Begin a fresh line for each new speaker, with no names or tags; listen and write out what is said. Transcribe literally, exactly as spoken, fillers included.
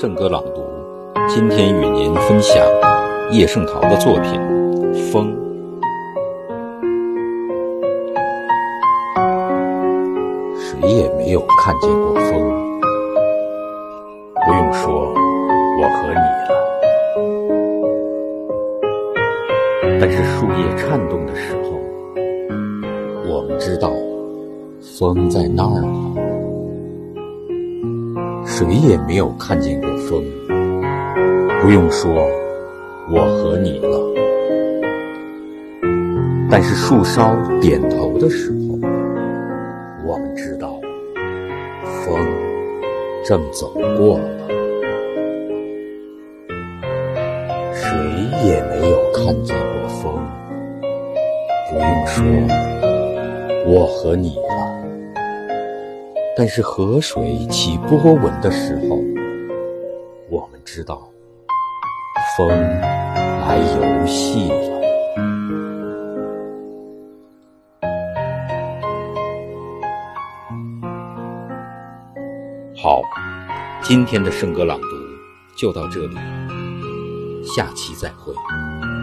圣歌朗读，今天与您分享叶圣陶的作品《风》。谁也没有看见过风，不用说，我和你了。但是树叶颤动的时候，我们知道风在那儿了。谁也没有看见过风，不用说，我和你了。但是树梢点头的时候，我们知道风正走过了。谁也没有看见过风，不用说，我和你了。但是河水起波纹的时候，我们知道风来游戏了。好，今天的圣歌朗读就到这里，下期再会。